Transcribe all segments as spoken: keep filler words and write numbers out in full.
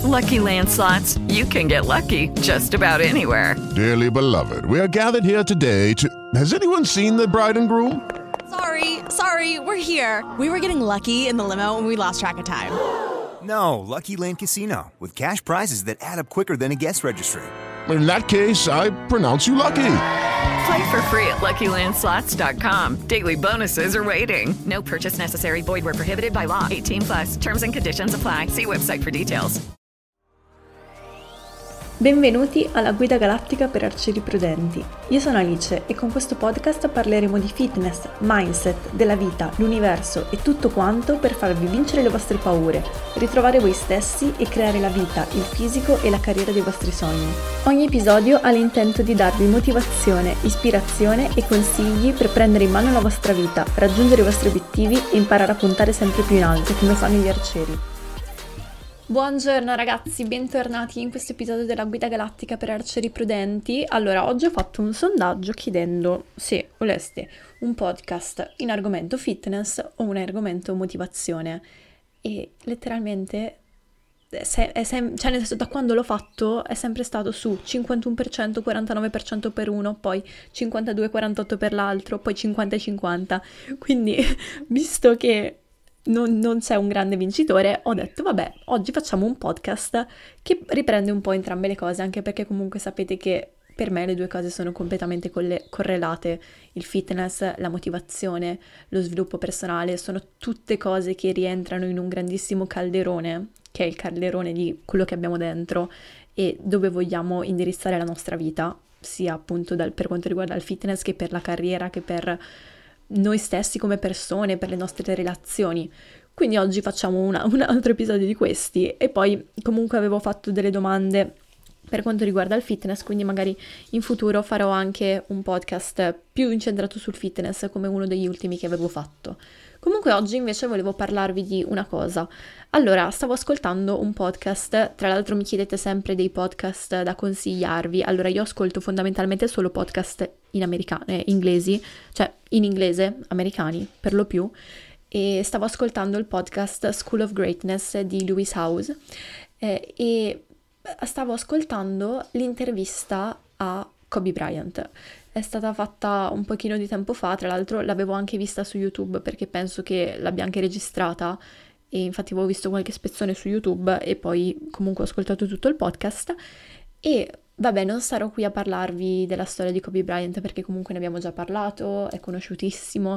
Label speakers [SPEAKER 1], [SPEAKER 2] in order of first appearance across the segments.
[SPEAKER 1] Lucky Land Slots, you can get lucky just about anywhere.
[SPEAKER 2] Dearly beloved, we are gathered here today to... Has anyone seen the bride and groom?
[SPEAKER 3] Sorry, sorry, we're here. We were getting lucky in the limo and we lost track of time.
[SPEAKER 4] No, Lucky Land Casino, with cash prizes that add up quicker than a guest registry.
[SPEAKER 2] In that case, I pronounce you lucky.
[SPEAKER 1] Play for free at Lucky Land Slots dot com. Daily bonuses are waiting. No purchase necessary. Void where prohibited by law. eighteen plus. Terms and conditions apply. See website for details.
[SPEAKER 5] Benvenuti alla Guida Galattica per Arcieri Prudenti. Io sono Alice e con questo podcast parleremo di fitness, mindset, della vita, l'universo e tutto quanto per farvi vincere le vostre paure, ritrovare voi stessi e creare la vita, il fisico e la carriera dei vostri sogni. Ogni episodio ha l'intento di darvi motivazione, ispirazione e consigli per prendere in mano la vostra vita, raggiungere i vostri obiettivi e imparare a puntare sempre più in alto come fanno gli arcieri. Buongiorno ragazzi, bentornati in questo episodio della Guida Galattica per Arcieri Prudenti. Allora, oggi ho fatto un sondaggio chiedendo se voleste un podcast in argomento fitness o un argomento motivazione e letteralmente è se- è sem- cioè nel senso, da quando l'ho fatto è sempre stato su cinquantuno per cento, quarantanove per cento per uno, poi cinquantadue quarantotto per l'altro, poi cinquanta cinquanta. Quindi, visto che Non, non c'è un grande vincitore, ho detto vabbè, oggi facciamo un podcast che riprende un po' entrambe le cose, anche perché comunque sapete che per me le due cose sono completamente colle- correlate. Il fitness, la motivazione, lo sviluppo personale sono tutte cose che rientrano in un grandissimo calderone, che è il calderone di quello che abbiamo dentro e dove vogliamo indirizzare la nostra vita, sia appunto dal, per quanto riguarda il fitness che per la carriera, che per noi stessi come persone, per le nostre relazioni. Quindi oggi facciamo una, un altro episodio di questi e poi comunque avevo fatto delle domande per quanto riguarda il fitness, quindi magari in futuro farò anche un podcast più incentrato sul fitness come uno degli ultimi che avevo fatto. Comunque oggi invece volevo parlarvi di una cosa. Allora, stavo ascoltando un podcast, tra l'altro mi chiedete sempre dei podcast da consigliarvi. Allora, io ascolto fondamentalmente solo podcast in americano, eh, inglesi, cioè in inglese, americani per lo più, e stavo ascoltando il podcast School of Greatness di Lewis Howes eh, e stavo ascoltando l'intervista a Kobe Bryant. È stata fatta un pochino di tempo fa, tra l'altro l'avevo anche vista su YouTube perché penso che l'abbia anche registrata e infatti avevo visto qualche spezzone su YouTube e poi comunque ho ascoltato tutto il podcast e vabbè, non starò qui a parlarvi della storia di Kobe Bryant perché comunque ne abbiamo già parlato, è conosciutissimo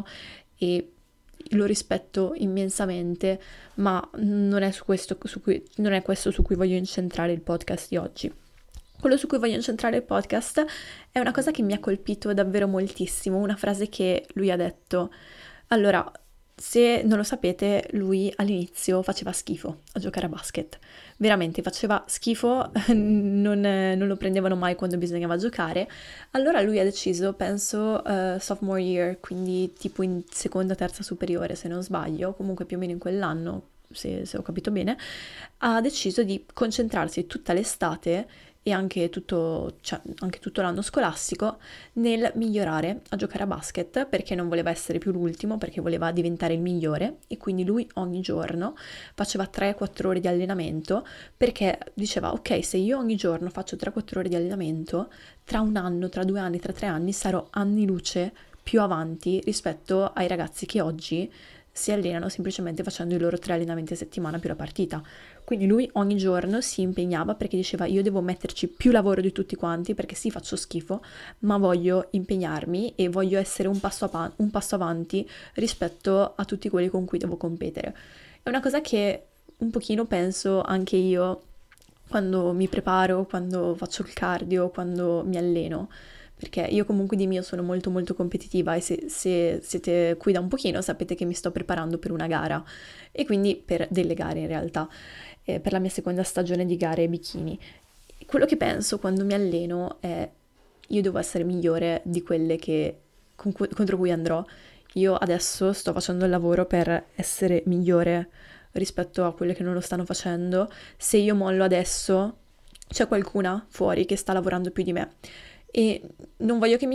[SPEAKER 5] e lo rispetto immensamente, ma non è su questo su cui, non è questo su cui voglio incentrare il podcast di oggi. Quello su cui voglio incentrare il podcast è una cosa che mi ha colpito davvero moltissimo, una frase che lui ha detto. Allora, se non lo sapete, lui all'inizio faceva schifo a giocare a basket, veramente faceva schifo, non, non lo prendevano mai quando bisognava giocare. Allora lui ha deciso, penso uh, sophomore year, quindi tipo in seconda, terza superiore se non sbaglio, comunque più o meno in quell'anno, se, se ho capito bene, ha deciso di concentrarsi tutta l'estate e anche tutto, cioè, anche tutto l'anno scolastico nel migliorare a giocare a basket perché non voleva essere più l'ultimo, perché voleva diventare il migliore e quindi lui ogni giorno faceva tre quattro ore di allenamento perché diceva ok, se io ogni giorno faccio tre quattro ore di allenamento, tra un anno, tra due anni, tra tre anni sarò anni luce più avanti rispetto ai ragazzi che oggi si allenano semplicemente facendo i loro tre allenamenti a settimana più la partita. Quindi lui ogni giorno si impegnava perché diceva io devo metterci più lavoro di tutti quanti perché sì, faccio schifo, ma voglio impegnarmi e voglio essere un passo, av- un passo avanti rispetto a tutti quelli con cui devo competere. È una cosa che un pochino penso anche io quando mi preparo, quando faccio il cardio, quando mi alleno. Perché io comunque di mio sono molto molto competitiva e se, se siete qui da un pochino sapete che mi sto preparando per una gara e quindi per delle gare in realtà, eh, per la mia seconda stagione di gare bikini. Quello che penso quando mi alleno è io devo essere migliore di quelle che, con cui, contro cui andrò. Io adesso sto facendo il lavoro per essere migliore rispetto a quelle che non lo stanno facendo. Se io mollo adesso c'è qualcuna fuori che sta lavorando più di me. E non voglio che mi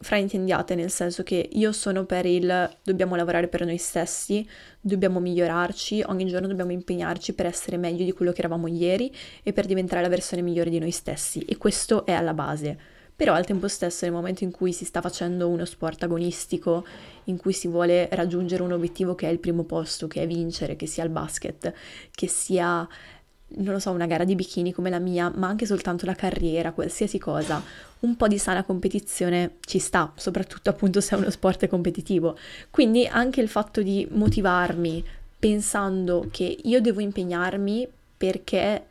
[SPEAKER 5] fraintendiate, nel senso che io sono per il dobbiamo lavorare per noi stessi, dobbiamo migliorarci, ogni giorno dobbiamo impegnarci per essere meglio di quello che eravamo ieri e per diventare la versione migliore di noi stessi, e questo è alla base. Però al tempo stesso, nel momento in cui si sta facendo uno sport agonistico, in cui si vuole raggiungere un obiettivo che è il primo posto, che è vincere, che sia il basket, che sia, non lo so, una gara di bikini come la mia, ma anche soltanto la carriera, qualsiasi cosa, un po' di sana competizione ci sta, soprattutto appunto se è uno sport competitivo. Quindi anche il fatto di motivarmi pensando che io devo impegnarmi perché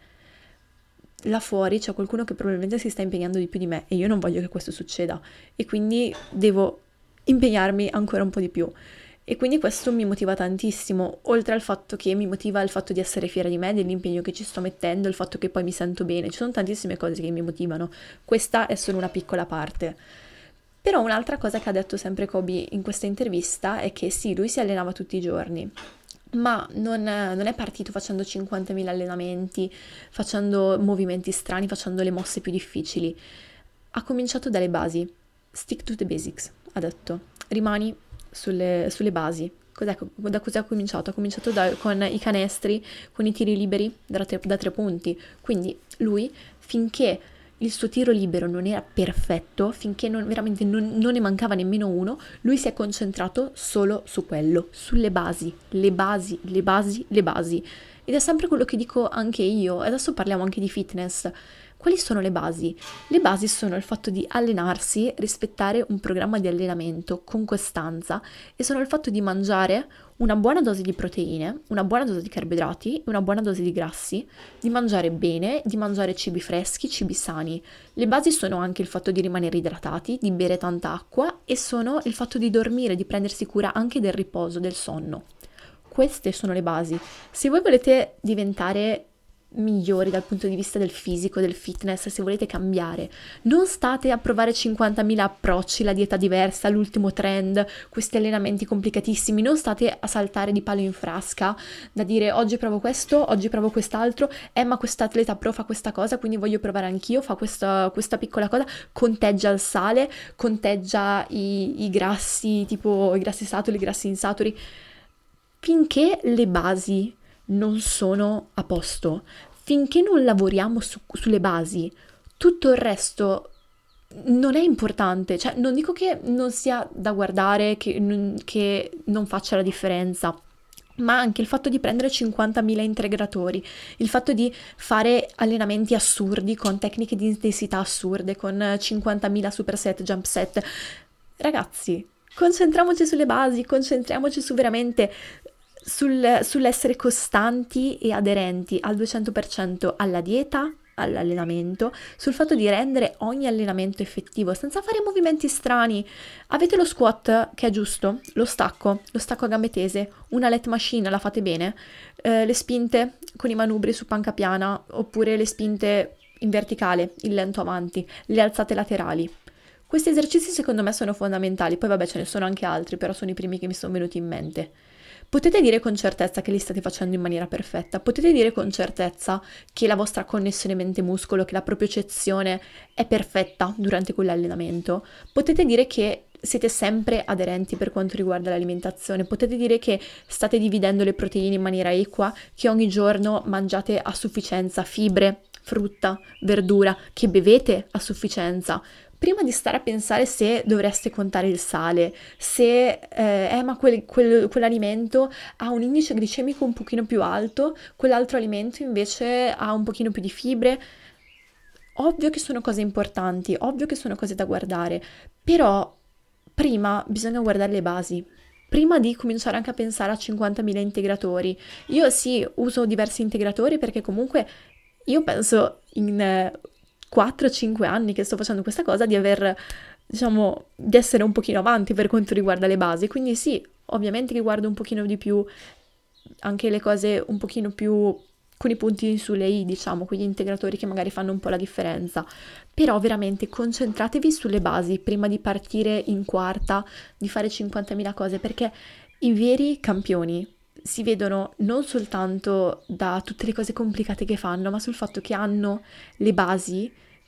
[SPEAKER 5] là fuori c'è qualcuno che probabilmente si sta impegnando di più di me e io non voglio che questo succeda, e quindi devo impegnarmi ancora un po' di più. E quindi questo mi motiva tantissimo, oltre al fatto che mi motiva il fatto di essere fiera di me, dell'impegno che ci sto mettendo, il fatto che poi mi sento bene. Ci sono tantissime cose che mi motivano, questa è solo una piccola parte. Però un'altra cosa che ha detto sempre Kobe in questa intervista è che sì, lui si allenava tutti i giorni, ma non, non è partito facendo cinquantamila allenamenti, facendo movimenti strani, facendo le mosse più difficili. Ha cominciato dalle basi. Stick to the basics, ha detto. Rimani sulle, sulle basi. Cos'è, da cosa ha cominciato? Ha cominciato da, con i canestri, con i tiri liberi da tre, da tre punti. Quindi lui, finché il suo tiro libero non era perfetto, finché non, veramente non, non ne mancava nemmeno uno, lui si è concentrato solo su quello, sulle basi, le basi, le basi, le basi. Ed è sempre quello che dico anche io. Adesso parliamo anche di fitness. Quali sono le basi? Le basi sono il fatto di allenarsi, rispettare un programma di allenamento con costanza, e sono il fatto di mangiare una buona dose di proteine, una buona dose di carboidrati, una buona dose di grassi, di mangiare bene, di mangiare cibi freschi, cibi sani. Le basi sono anche il fatto di rimanere idratati, di bere tanta acqua, e sono il fatto di dormire, di prendersi cura anche del riposo, del sonno. Queste sono le basi. Se voi volete diventare migliori dal punto di vista del fisico, del fitness, se volete cambiare, non state a provare cinquantamila approcci, la dieta diversa, l'ultimo trend, questi allenamenti complicatissimi, non state a saltare di palo in frasca da dire oggi provo questo, oggi provo quest'altro, eh ma quest'atleta pro fa questa cosa, quindi voglio provare anch'io, fa questa, questa piccola cosa, conteggia il sale, conteggia i, i grassi, tipo i grassi saturi, i grassi insaturi. Finché le basi non sono a posto, finché non lavoriamo su, sulle basi, tutto il resto non è importante. Cioè, non dico che non sia da guardare, che non, che non faccia la differenza, ma anche il fatto di prendere cinquantamila integratori, il fatto di fare allenamenti assurdi con tecniche di intensità assurde, con cinquantamila superset, jump set. Ragazzi, concentriamoci sulle basi, concentriamoci su veramente sul, sull'essere costanti e aderenti al duecento per cento alla dieta, all'allenamento, sul fatto di rendere ogni allenamento effettivo senza fare movimenti strani. Avete lo squat che è giusto, lo stacco, lo stacco a gambe tese, una lat machine la fate bene, eh, le spinte con i manubri su panca piana, oppure le spinte in verticale, il lento avanti, le alzate laterali. Questi esercizi secondo me sono fondamentali, poi vabbè ce ne sono anche altri, però sono i primi che mi sono venuti in mente. Potete dire con certezza che li state facendo in maniera perfetta, potete dire con certezza che la vostra connessione mente-muscolo, che la propiocezione è perfetta durante quell'allenamento, potete dire che siete sempre aderenti per quanto riguarda l'alimentazione, potete dire che state dividendo le proteine in maniera equa, che ogni giorno mangiate a sufficienza fibre, frutta, verdura, che bevete a sufficienza. Prima di stare a pensare se dovreste contare il sale, se eh, eh, ma quel, quel, quell'alimento ha un indice glicemico un pochino più alto, quell'altro alimento invece ha un pochino più di fibre. Ovvio che sono cose importanti, ovvio che sono cose da guardare, però prima bisogna guardare le basi. Prima di cominciare anche a pensare a cinquantamila integratori. Io sì, uso diversi integratori perché comunque io penso in Eh, quattro cinque anni che sto facendo questa cosa, di aver, diciamo, di essere un pochino avanti per quanto riguarda le basi, quindi sì, ovviamente che guardo un pochino di più anche le cose un pochino più con i punti sulle i, diciamo, quegli integratori che magari fanno un po' la differenza, però veramente concentratevi sulle basi prima di partire in quarta, di fare cinquantamila cose, perché i veri campioni si vedono non soltanto da tutte le cose complicate che fanno, ma sul fatto che hanno le basi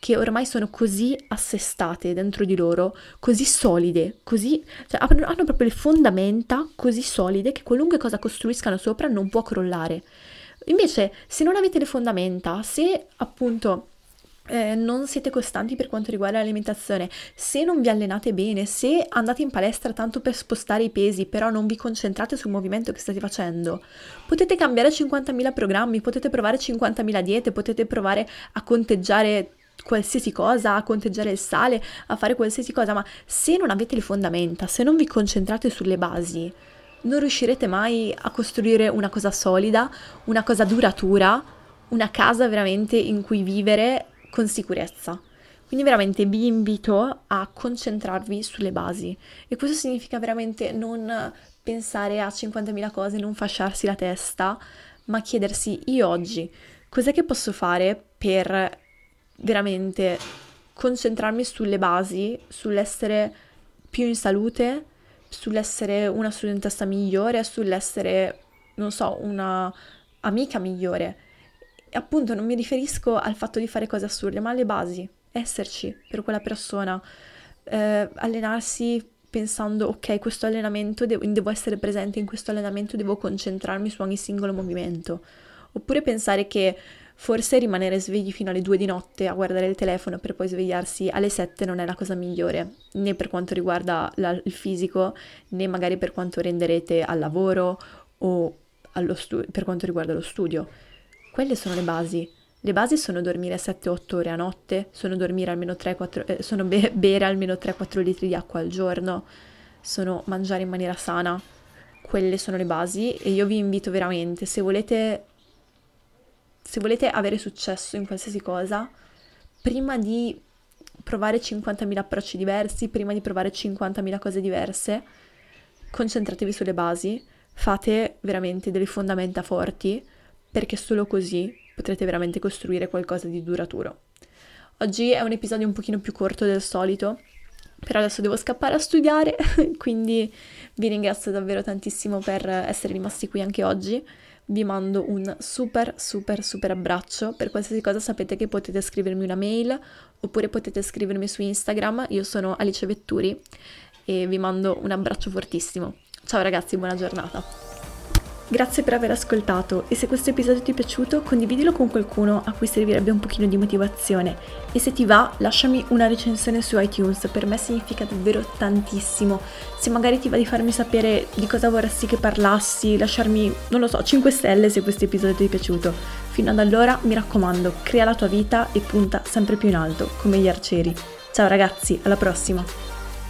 [SPEAKER 5] che ormai sono così assestate dentro di loro, così solide, così, cioè hanno, hanno proprio le fondamenta così solide che qualunque cosa costruiscano sopra non può crollare. Invece, se non avete le fondamenta, se appunto Eh, non siete costanti per quanto riguarda l'alimentazione, se non vi allenate bene, se andate in palestra tanto per spostare i pesi, però non vi concentrate sul movimento che state facendo, potete cambiare cinquantamila programmi, potete provare cinquantamila diete, potete provare a conteggiare qualsiasi cosa, a conteggiare il sale, a fare qualsiasi cosa, ma se non avete le fondamenta, se non vi concentrate sulle basi, non riuscirete mai a costruire una cosa solida, una cosa duratura, una casa veramente in cui vivere con sicurezza. Quindi veramente vi invito a concentrarvi sulle basi, e questo significa veramente non pensare a cinquantamila cose, non fasciarsi la testa, ma chiedersi: io oggi cos'è che posso fare per veramente concentrarmi sulle basi, sull'essere più in salute, sull'essere una studentessa migliore, sull'essere, non so, una amica migliore. Appunto non mi riferisco al fatto di fare cose assurde, ma alle basi, esserci per quella persona, eh, allenarsi pensando: ok, questo allenamento, devo, devo essere presente in questo allenamento, devo concentrarmi su ogni singolo movimento. Oppure pensare che forse rimanere svegli fino alle due di notte a guardare il telefono per poi svegliarsi alle sette non è la cosa migliore, né per quanto riguarda la, il fisico, né magari per quanto renderete al lavoro o allo stu- per quanto riguarda lo studio. Quelle sono le basi. Le basi sono dormire sette otto ore a notte, sono dormire almeno tre quattro, eh, sono be- bere almeno tre quattro litri di acqua al giorno, sono mangiare in maniera sana. Quelle sono le basi, e io vi invito veramente, se volete se volete avere successo in qualsiasi cosa, prima di provare cinquantamila approcci diversi, prima di provare cinquantamila cose diverse, concentratevi sulle basi, fate veramente delle fondamenta forti, perché solo così potrete veramente costruire qualcosa di duraturo. Oggi è un episodio un pochino più corto del solito, però adesso devo scappare a studiare, quindi vi ringrazio davvero tantissimo per essere rimasti qui anche oggi. Vi mando un super super super abbraccio. Per qualsiasi cosa sapete che potete scrivermi una mail, oppure potete scrivermi su Instagram. Io sono Alice Vetturi e vi mando un abbraccio fortissimo. Ciao ragazzi, buona giornata. Grazie per aver ascoltato, e se questo episodio ti è piaciuto condividilo con qualcuno a cui servirebbe un pochino di motivazione, e se ti va lasciami una recensione su iTunes, per me significa davvero tantissimo. Se magari ti va di farmi sapere di cosa vorresti che parlassi, lasciarmi, non lo so, cinque stelle se questo episodio ti è piaciuto. Fino ad allora mi raccomando, crea la tua vita e punta sempre più in alto, come gli arcieri. Ciao ragazzi, alla prossima!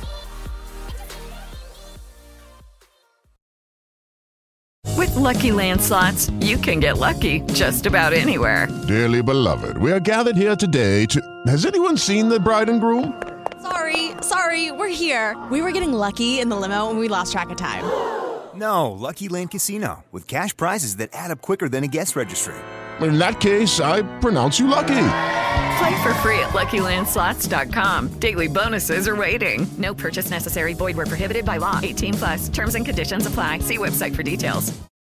[SPEAKER 1] With Lucky Land Slots, you can get lucky just about anywhere.
[SPEAKER 2] Dearly beloved, we are gathered here today to... Has anyone seen the bride and groom?
[SPEAKER 3] Sorry, sorry, we're here. We were getting lucky in the limo and we lost track of time.
[SPEAKER 4] No, Lucky Land Casino, with cash prizes that add up quicker than a guest registry.
[SPEAKER 2] In that case, I pronounce you lucky.
[SPEAKER 1] Play for free at lucky land slots dot com. Daily bonuses are waiting. No purchase necessary. Void where prohibited by law. eighteen plus. Terms and conditions apply. See website for details.